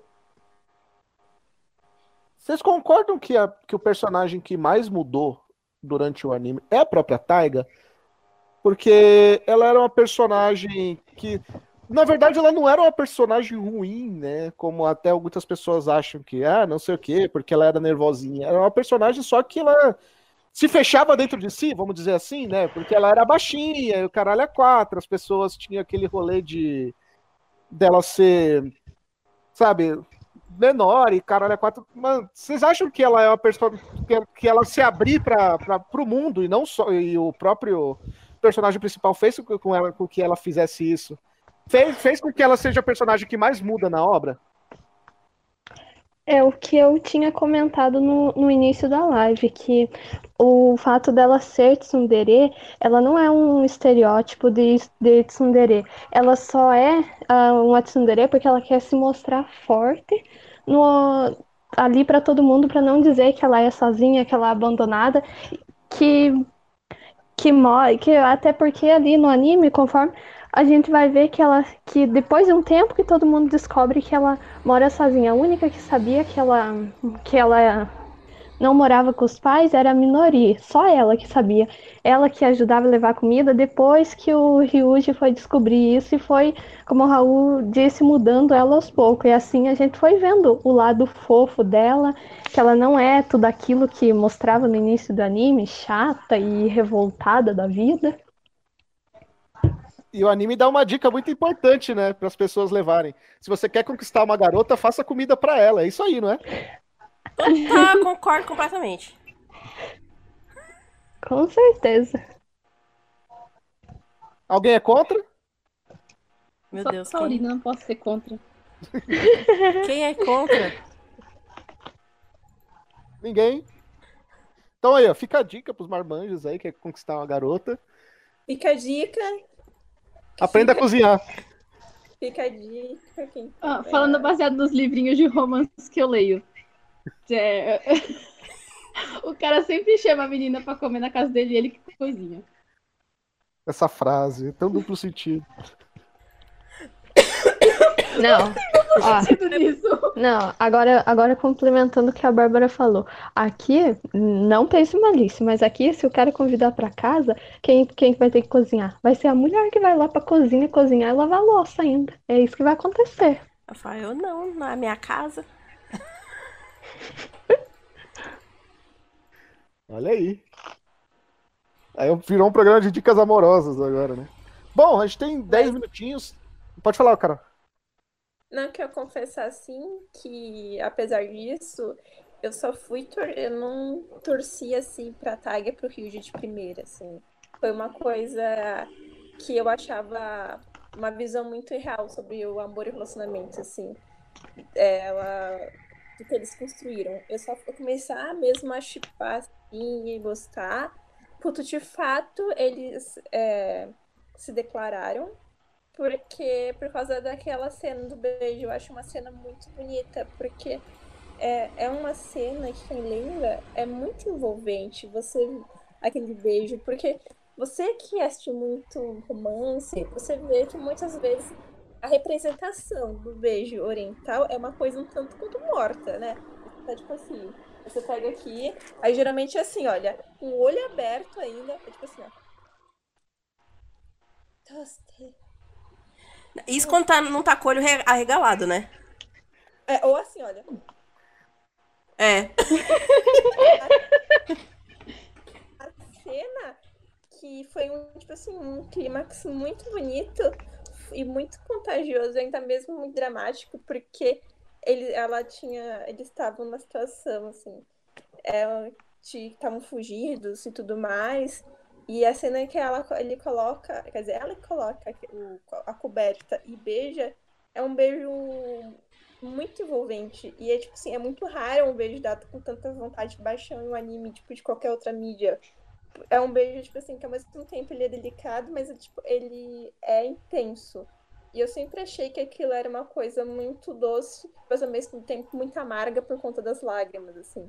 Vocês concordam que, a- que o personagem que mais mudou durante o anime é a própria Taiga? Porque ela era uma personagem que, na verdade, ela não era uma personagem ruim, né? Como até muitas pessoas acham que, ah, não sei o quê, porque ela era nervosinha. Era uma personagem só que ela se fechava dentro de si, vamos dizer assim, né? Porque ela era baixinha, e o caralho é quatro, as pessoas tinham aquele rolê de dela ser, sabe, menor e caralho é quatro. Mas vocês acham que ela é uma pessoa que, que ela se abrir para o mundo e não só e o próprio personagem principal fez com ela com que ela fizesse isso? Fez, fez com que ela seja a personagem que mais muda na obra? É o que eu tinha comentado no, no início da live, que o fato dela ser tsundere, ela não é um estereótipo de, de tsundere. Ela só é ah, uma tsundere porque ela quer se mostrar forte no, ali para todo mundo, para não dizer que ela é sozinha, que ela é abandonada, que que morre, que até porque ali no anime, conforme a gente vai ver que ela, que depois de um tempo que todo mundo descobre que ela mora sozinha, a única que sabia que ela, que ela não morava com os pais era a Minori, só ela que sabia, ela que ajudava a levar comida, depois que o Ryuji foi descobrir isso e foi, como o Raul disse, mudando ela aos poucos, e assim a gente foi vendo o lado fofo dela, que ela não é tudo aquilo que mostrava no início do anime, chata e revoltada da vida. E o anime dá uma dica muito importante, né, para as pessoas levarem. Se você quer conquistar uma garota, faça comida para ela. É isso aí, não é? Tá, concordo completamente. Com certeza. Alguém é contra? Meu Sou Deus, taurina, quem, não posso ser contra. quem é contra? Ninguém. Então aí, ó, fica a dica pros marmanjos aí que quer conquistar uma garota. Fica a dica, Aprenda a cozinhar. fica a dica. Quem Ah, quiser. falando baseado nos livrinhos de romances que eu leio. É, o cara sempre chama a menina pra comer na casa dele e ele que cozinha. Essa frase, tão duplo sentido. Não, ó, Tudo nisso. não, agora, agora complementando o que a Bárbara falou. Aqui, não pense malícia, mas aqui, se o cara convidar pra casa, quem, quem vai ter que cozinhar? Vai ser a mulher que vai lá pra cozinha, cozinhar e lavar a louça ainda. É isso que vai acontecer. Eu falo, eu não, não é minha casa. Olha aí. Aí virou um programa de dicas amorosas agora, né? Bom, a gente tem dez minutinhos. Pode falar, cara. Não, que eu confessar assim que, apesar disso, eu só fui. Tor eu não torci assim pra Taiga e pro Ryuji de primeira, assim. Foi uma coisa que eu achava uma visão muito real sobre o amor e o relacionamento, assim. Ela. Do que eles construíram. Eu só fui começar mesmo a chipar assim e gostar. Puto, de fato, eles é, se declararam. Porque, por causa daquela cena do beijo, eu acho uma cena muito bonita, porque é, é uma cena que, quem lembra, é muito envolvente, você, aquele beijo, porque você que assiste muito romance, você vê que muitas vezes a representação do beijo oriental é uma coisa um tanto quanto morta, né? Tá tipo assim, você pega aqui, aí geralmente é assim, olha, com o olho aberto ainda, é tipo assim, ó. Toste. Isso quando tá, não tá com o olho re- arregalado, né? É, ou assim, olha. É. A cena que foi um, tipo assim, um clímax muito bonito e muito contagioso, ainda mesmo muito dramático, porque ele, ela tinha, eles estavam numa situação assim, ela estavam fugidos e tudo mais. E a cena que ela, ele coloca, quer dizer, ela coloca o, a coberta e beija, é um beijo muito envolvente. E é tipo assim, é muito raro um beijo dado com tanta vontade de paixão em um anime, tipo, de qualquer outra mídia. É um beijo, tipo assim, que ao mesmo tempo ele é delicado, mas tipo, ele é intenso. E eu sempre achei que aquilo era uma coisa muito doce, mas ao mesmo tempo muito amarga por conta das lágrimas, assim.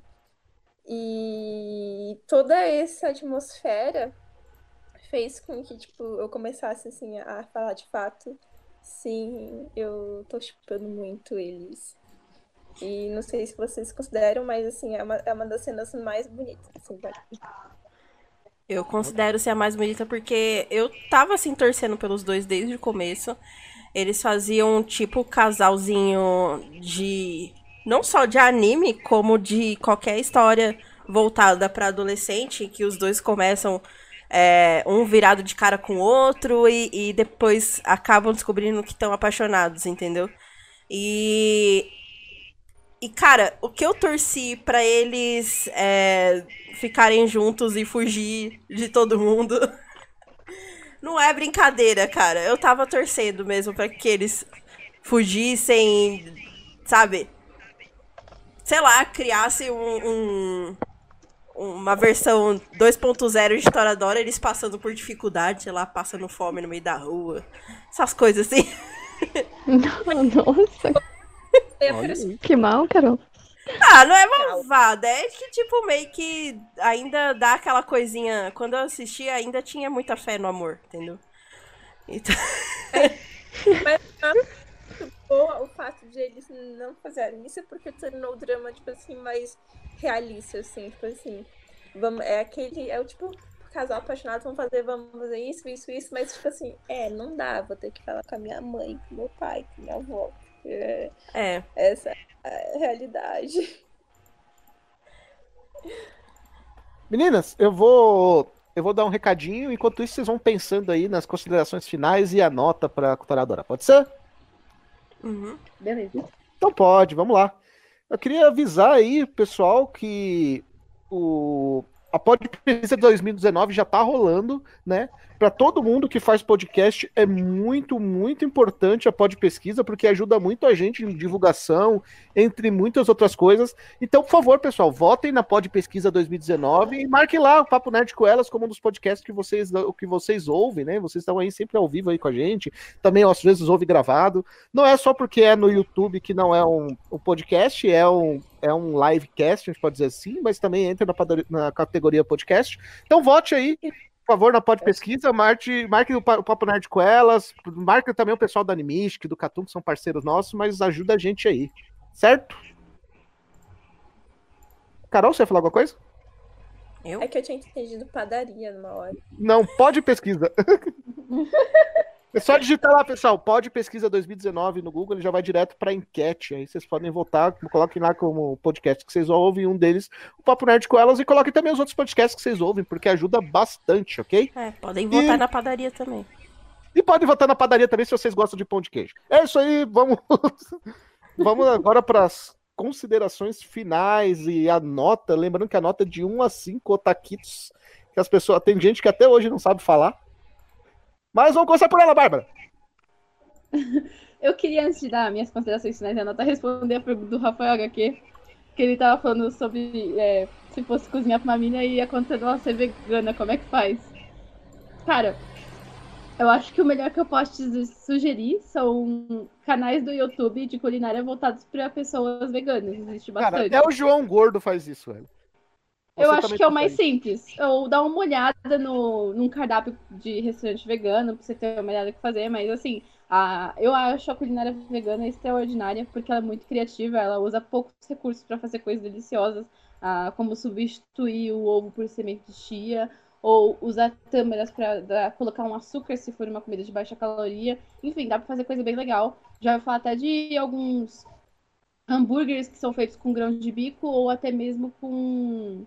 E toda essa atmosfera fez com que, tipo, eu começasse, assim, a falar de fato, sim, eu tô chipando muito eles. E não sei se vocês consideram, mas, assim, é uma, é uma das cenas mais bonitas, assim, pra mim. Eu considero ser a mais bonita porque eu tava assim torcendo pelos dois desde o começo. Eles faziam tipo casalzinho de não só de anime, como de qualquer história voltada pra adolescente, que os dois começam é, um virado de cara com o outro e, e depois acabam descobrindo que estão apaixonados, entendeu? E e, cara, o que eu torci pra eles é, ficarem juntos e fugir de todo mundo não é brincadeira, cara. Eu tava torcendo mesmo pra que eles fugissem, sabe? sei lá, criasse um, um- uma versão dois ponto zero de Toradora, eles passando por dificuldade, sei lá, passando fome no meio da rua. Essas coisas assim. Nossa, É, Olha parece- aí. que mal, Carol. Ah, não é malvada, é que tipo meio que ainda dá aquela coisinha. Quando eu assisti, ainda tinha muita fé no amor, entendeu? Então, boa o fato de eles não fazerem isso, porque tornou o drama, tipo assim, mais realista, assim, tipo assim. Vamos, é aquele, é o tipo, casal apaixonado, vamos fazer, vamos fazer isso, isso, isso, mas tipo assim, é, não dá, vou ter que falar com a minha mãe, com meu pai, com minha avó. É, é. essa é a realidade. Meninas, eu vou. Eu vou dar um recadinho, enquanto isso vocês vão pensando aí nas considerações finais e a nota pra Toradora. Pode ser? Uhum. Beleza. Então pode, vamos lá. Eu queria avisar aí, pessoal, que o a Podpesquisa dois mil e dezenove já tá rolando, né? Para todo mundo que faz podcast, é muito, muito importante a Podpesquisa, porque ajuda muito a gente em divulgação, entre muitas outras coisas. Então, por favor, pessoal, votem na Podpesquisa dois mil e dezenove e marquem lá o Papo Nerd com Elas como um dos podcasts que vocês, que vocês ouvem, né? Vocês estão aí sempre ao vivo aí com a gente. Também, às vezes, ouve gravado. Não é só porque é no YouTube que não é um, um podcast, é um, é um livecast, a gente pode dizer assim, mas também entra na, padari- na categoria podcast. Então vote aí, por favor, na Pod Pesquisa, marque, marque o, Pa- o Papo Nerd com Elas, marque também o pessoal da Animistic, do Catum, que são parceiros nossos, mas ajuda a gente aí, certo? Carol, você ia falar alguma coisa? Eu? É que eu tinha entendido padaria numa hora. Não, Pod Pesquisa. É só digitar lá, pessoal, Pod Pesquisa dois mil e dezenove no Google, ele já vai direto para enquete. Aí vocês podem votar, coloquem lá como podcast que vocês ouvem, um deles, o Papo Nerd com Elas, e coloquem também os outros podcasts que vocês ouvem, porque ajuda bastante, ok? É, podem votar E- na padaria também. E podem votar na padaria também se vocês gostam de pão de queijo. É isso aí, vamos, vamos agora para as considerações finais e a nota. Lembrando que a nota é de um a cinco otaquitos, que as pessoas. Tem gente que até hoje não sabe falar. Mas vamos começar por ela, Bárbara. Eu queria, antes de dar minhas considerações finais, a nota responder a pergunta do Rafael H Q, que ele tava falando sobre é, se fosse cozinhar pra uma mina e ia acontecer ela ser vegana, como é que faz? Cara, eu acho que o melhor que eu posso te sugerir são canais do YouTube de culinária voltados para pessoas veganas. Existe Cara, bastante. até o João Gordo faz isso, velho. Eu Você acho também que é o mais consegue. simples. Ou dar uma olhada no, num cardápio de restaurante vegano, pra você ter uma olhada o que fazer. Mas, assim, a, eu acho a culinária vegana extraordinária, porque ela é muito criativa, ela usa poucos recursos para fazer coisas deliciosas, ah, como substituir o ovo por semente de chia, ou usar tâmaras para colocar um açúcar se for uma comida de baixa caloria. Enfim, dá para fazer coisa bem legal. Já vou falar até de alguns hambúrgueres que são feitos com grão de bico, ou até mesmo com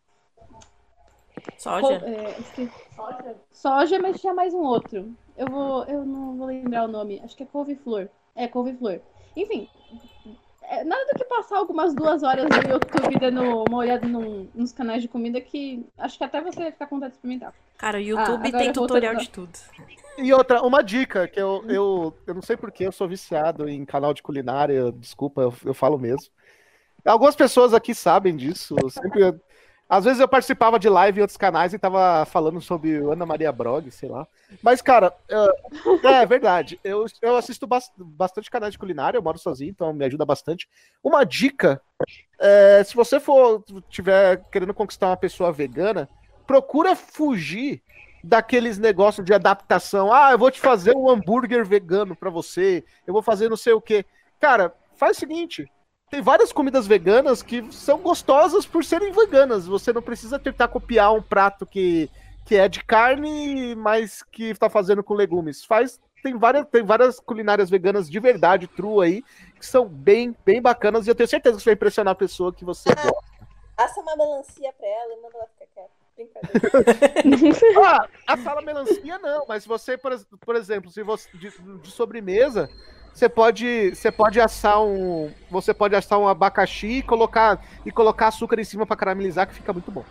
Soja. Co- é, esqueci. Soja, mas tinha mais um outro. Eu vou, eu não vou lembrar o nome. Acho que é couve-flor. É, couve-flor. Enfim, é, nada do que passar algumas duas horas no YouTube dando uma olhada num- nos canais de comida que acho que até você vai ficar com vontade de experimentar. Cara, o YouTube agora tem eu vou tutorial tentar- de tudo. E outra, uma dica, que eu, eu, eu não sei porque eu sou viciado em canal de culinária, desculpa, eu, eu falo mesmo. Algumas pessoas aqui sabem disso. Eu sempre, às vezes eu participava de live em outros canais e tava falando sobre Ana Maria Brog, sei lá. Mas, cara, é, é verdade. Eu, eu assisto bas- bastante canais de culinária, eu moro sozinho, então me ajuda bastante. Uma dica, é, se você for tiver querendo conquistar uma pessoa vegana, procura fugir daqueles negócios de adaptação. Ah, eu vou te fazer um hambúrguer vegano pra você, eu vou fazer não sei o quê. Cara, faz o seguinte, tem várias comidas veganas que são gostosas por serem veganas. Você não precisa tentar copiar um prato que, que é de carne, mas que está fazendo com legumes. Faz, tem várias, tem várias culinárias veganas de verdade, true aí, que são bem, bem bacanas. E eu tenho certeza que você vai impressionar a pessoa que você gosta. Assa uma melancia pra ela e manda ela ficar quieta. Brincadeira. Ah, a sala melancia não, mas você, por, ex- por exemplo, se você de, de sobremesa, você pode, você pode assar um, você pode assar um abacaxi e colocar e colocar açúcar em cima para caramelizar, que fica muito bom.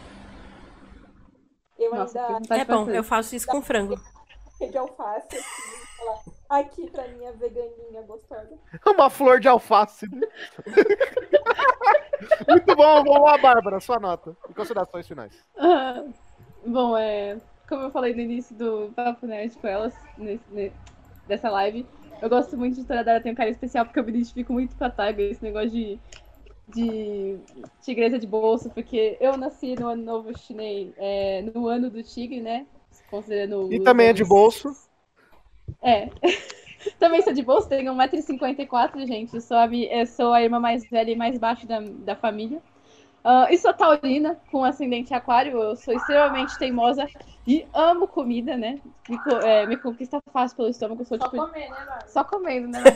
Eu Nossa, ainda que vontade É de bom, fazer. eu faço isso com frango. de alface assim, falar aqui pra minha veganinha gostosa. Uma flor de alface. Né? Muito bom, vamos lá, Bárbara, sua nota. E considerações finais. Ah, bom, é, como eu falei no início do Papo Nerd com elas, nesse, nesse, dessa live, eu gosto muito de Toradora, tenho um carinho especial porque eu me identifico muito com a Taiga, esse negócio de, de tigresa de bolso, porque eu nasci no ano novo chinês, é, no ano do tigre, né? Considerando E os também é anos... de bolso. É. Também sou de bolso, tenho um metro e cinquenta e quatro, gente. Eu sou a, eu sou a irmã mais velha e mais baixa da, da família. Uh, e sou taurina, com ascendente aquário. Eu sou extremamente teimosa e amo comida, né? Me, é, me conquista fácil pelo estômago. Eu sou, Só tipo, comer, né, Bárbara? Só comendo, né?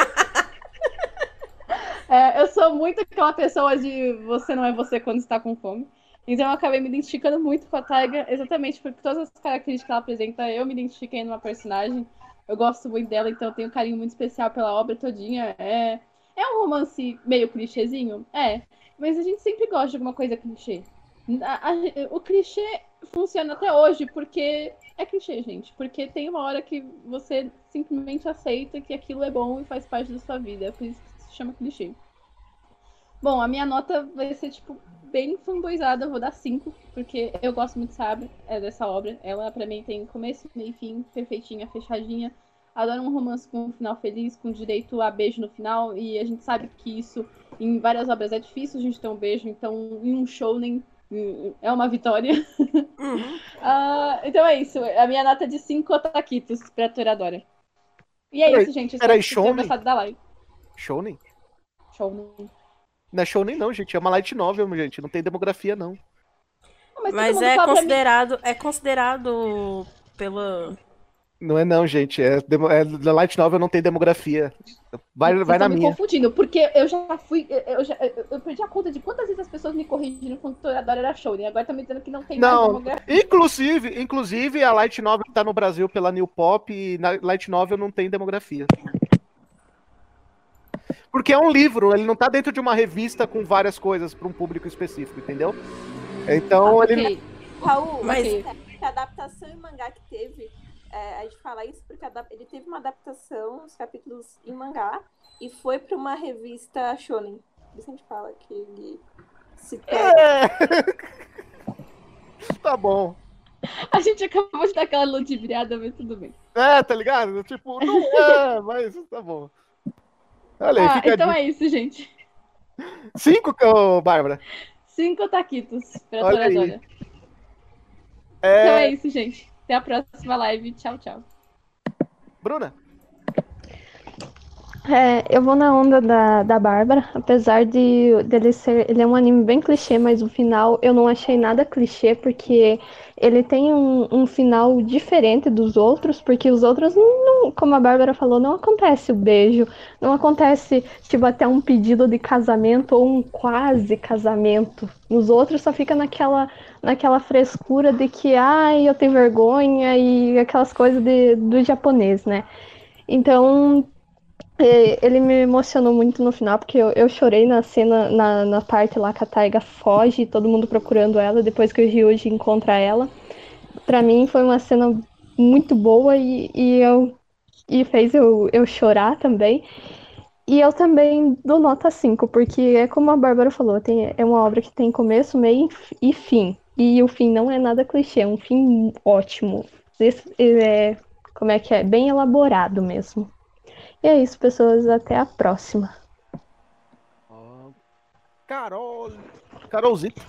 é, eu sou muito aquela pessoa de você não é você quando está com fome. Então eu acabei me identificando muito com a Taiga, exatamente por todas as características que ela apresenta. Eu me identifiquei numa personagem. Eu gosto muito dela, então eu tenho um carinho muito especial pela obra todinha. É, é um romance meio clichêzinho? É. Mas a gente sempre gosta de alguma coisa clichê. A, a, o clichê funciona até hoje porque é clichê, gente. Porque tem uma hora que você simplesmente aceita que aquilo é bom e faz parte da sua vida. É por isso que se chama clichê. Bom, a minha nota vai ser, tipo, bem fanboyzada. Eu vou dar cinco, porque eu gosto muito, sabe, é, dessa obra. Ela, pra mim, tem começo, meio e fim, perfeitinha, fechadinha. Adoro um romance com um final feliz, com direito a beijo no final. E a gente sabe que isso, em várias obras, é difícil a gente ter um beijo. Então, em um show, nem é uma vitória. Uhum. uh, então é isso. A minha nota é de cinco otaquitos pra Toradora. E é Peraí, isso, gente. peraí, Espero que vocês tenham shounen? gostado da live. Shounen? Shounen. Não é shounen não, gente. É uma light novel, gente. Não tem demografia, não. Mas, Mas todo mundo é fala pra mim- considerado, é considerado pela... Não é não, gente. É, demo- é, na light novel não tem demografia. Vai, Vocês vai estão na me minha. confundindo, porque eu já fui. Eu, já, eu perdi a conta de quantas vezes as pessoas me corrigiram quando Toradora era show, né? Agora tá me dizendo que não tem mais Não, demografia. inclusive, inclusive a light novel que tá no Brasil pela New Pop e na light novel não tem demografia. Porque é um livro, ele não tá dentro de uma revista com várias coisas para um público específico, entendeu? Então Ah, ele ok. Raul, Mas- mas a adaptação em mangá que teve, é, a gente fala isso porque adap- ele teve uma adaptação, os capítulos em mangá, e foi para uma revista shonen. Por isso a gente fala que ele se perde. É. Tá bom. A gente acabou de dar aquela ludibriada, mas tudo bem. É, tá ligado? Tipo, não é, mas tá bom. Olha aí, Ah, fica então a dica. é isso, gente. Cinco, ô, Bárbara. Cinco taquitos pra Olha aí. Toradora. É, Então é isso, gente. Até a próxima live. Tchau, tchau. Bruna. É, eu vou na onda da, da Bárbara, apesar de dele ser. Ele é um anime bem clichê, mas o final eu não achei nada clichê, porque ele tem um, um final diferente dos outros, porque os outros, não, como a Bárbara falou, não acontece o beijo, não acontece, tipo, até um pedido de casamento ou um quase casamento. Nos outros só fica naquela, naquela frescura de que, ai, eu tenho vergonha e aquelas coisas de, do japonês, né? Então. É, ele me emocionou muito no final, porque eu, eu chorei na cena, na, na parte lá que a Taiga foge, todo mundo procurando ela, depois que o Ryuji encontra ela. Pra mim foi uma cena muito boa e, e, eu, e fez eu, eu chorar também. E eu também dou nota cinco, porque é como a Bárbara falou, tem, é uma obra que tem começo, meio e fim. E o fim não é nada clichê, é um fim ótimo. Esse, é, como é que é? Bem elaborado mesmo. E é isso, pessoas. Até a próxima. Ó, Carol. Carolzito.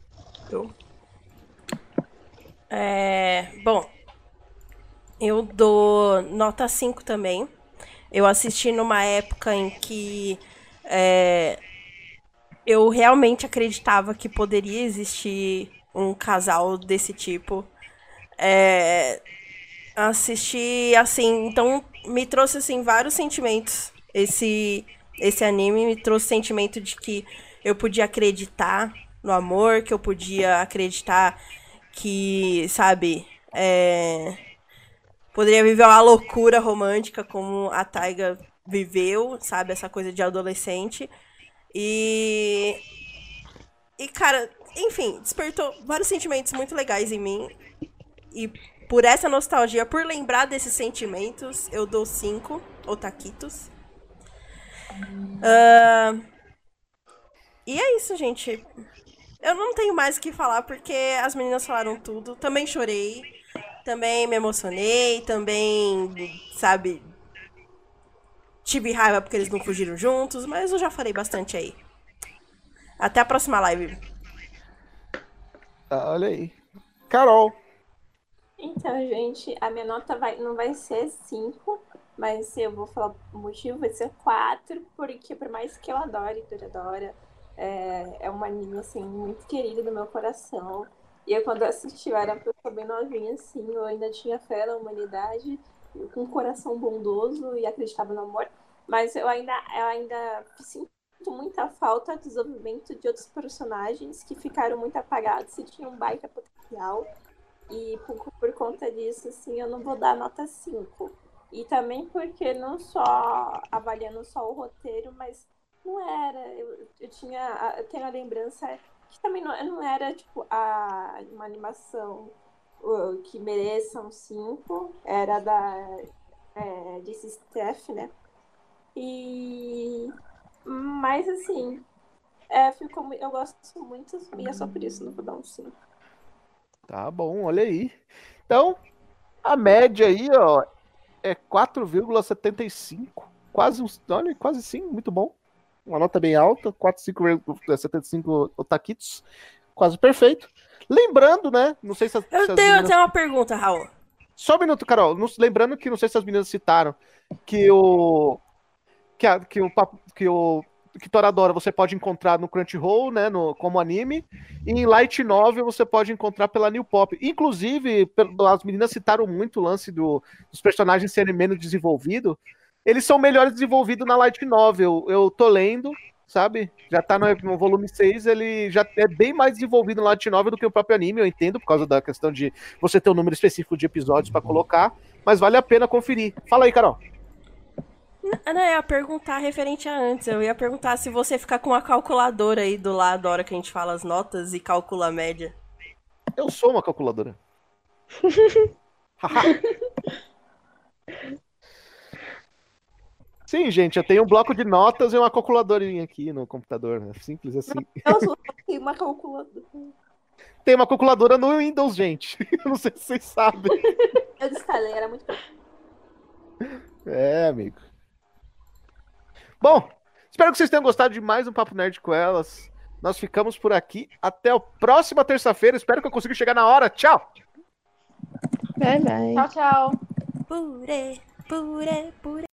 É, bom, eu dou nota cinco também. Eu assisti numa época em que é, eu realmente acreditava que poderia existir um casal desse tipo. É, assisti assim, então me trouxe assim vários sentimentos. Esse esse anime me trouxe o sentimento de que eu podia acreditar no amor, que eu podia acreditar que, sabe, é, poderia viver uma loucura romântica como a Taiga viveu, sabe, essa coisa de adolescente. E e cara, enfim, despertou vários sentimentos muito legais em mim. E por essa nostalgia, por lembrar desses sentimentos, eu dou cinco otaquitos. Uh, E é isso, gente. Eu não tenho mais o que falar, porque as meninas falaram tudo. Também chorei. Também me emocionei. Também, sabe... Tive raiva porque eles não fugiram juntos. Mas eu já falei bastante aí. Até a próxima live. Ah, olha aí. Carol. Então, gente, a minha nota vai, não vai ser cinco, mas eu vou falar o motivo, vai ser quatro, porque por mais que eu adore Toradora, é, é um anime, assim, muito querido do meu coração. E eu, quando assisti, eu era uma pessoa bem novinha, assim, eu ainda tinha fé na humanidade, com um coração bondoso e acreditava no amor, mas eu ainda, eu ainda sinto muita falta do desenvolvimento de outros personagens que ficaram muito apagados e tinham um baita potencial. E por, por conta disso, assim, eu não vou dar nota cinco. E também porque não só avaliando só o roteiro, mas não era. Eu, eu tinha. Eu tenho a lembrança que também não, não era tipo a, uma animação uh, que mereça um cinco. Era da é, D C Staff, né? E. Mas assim, é, ficou, eu gosto muito e é só por isso que eu não vou dar um cinco. Tá bom, olha aí. Então, a média aí, ó, é quatro vírgula setenta e cinco. Quase, uns- olha, quase cinco, muito bom. Uma nota bem alta, quatro vírgula setenta e cinco otaquitos. Quase perfeito. Lembrando, né? Não sei se as, se Eu as tenho, eu meninas... tenho uma pergunta, Raul. Só um minuto, Carol. Não- lembrando que não sei se as meninas citaram que o que, a- que o papo- que o que Toradora você pode encontrar no Crunchyroll, né, no, como anime, e em Light Novel você pode encontrar pela New Pop. Inclusive, pel- as meninas citaram muito o lance do- dos personagens serem menos desenvolvidos. Eles são melhores desenvolvidos na Light Novel. Eu tô lendo, sabe? Já tá no, no volume seis, ele já é bem mais desenvolvido na Light Novel do que o próprio anime, eu entendo, por causa da questão de você ter um número específico de episódios pra colocar, mas vale a pena conferir. Fala aí, Carol. Ah, não, eu ia perguntar referente a antes. Eu ia perguntar se você ficar com uma calculadora aí do lado, a hora que a gente fala as notas e calcula a média. Eu sou uma calculadora. Haha. Sim, gente, eu tenho um bloco de notas e uma calculadorinha aqui no computador, né? Simples assim. Eu sou uma calculadora. Tem uma calculadora no Windows, gente. Eu não sei se vocês sabem. Eu descalei, era muito pouco. É, amigo. Bom, espero que vocês tenham gostado de mais um Papo Nerd com elas. Nós ficamos por aqui. Até a próxima terça-feira. Espero que eu consiga chegar na hora. Tchau! Bye, bye. Tchau, tchau. Pure, pure, pure.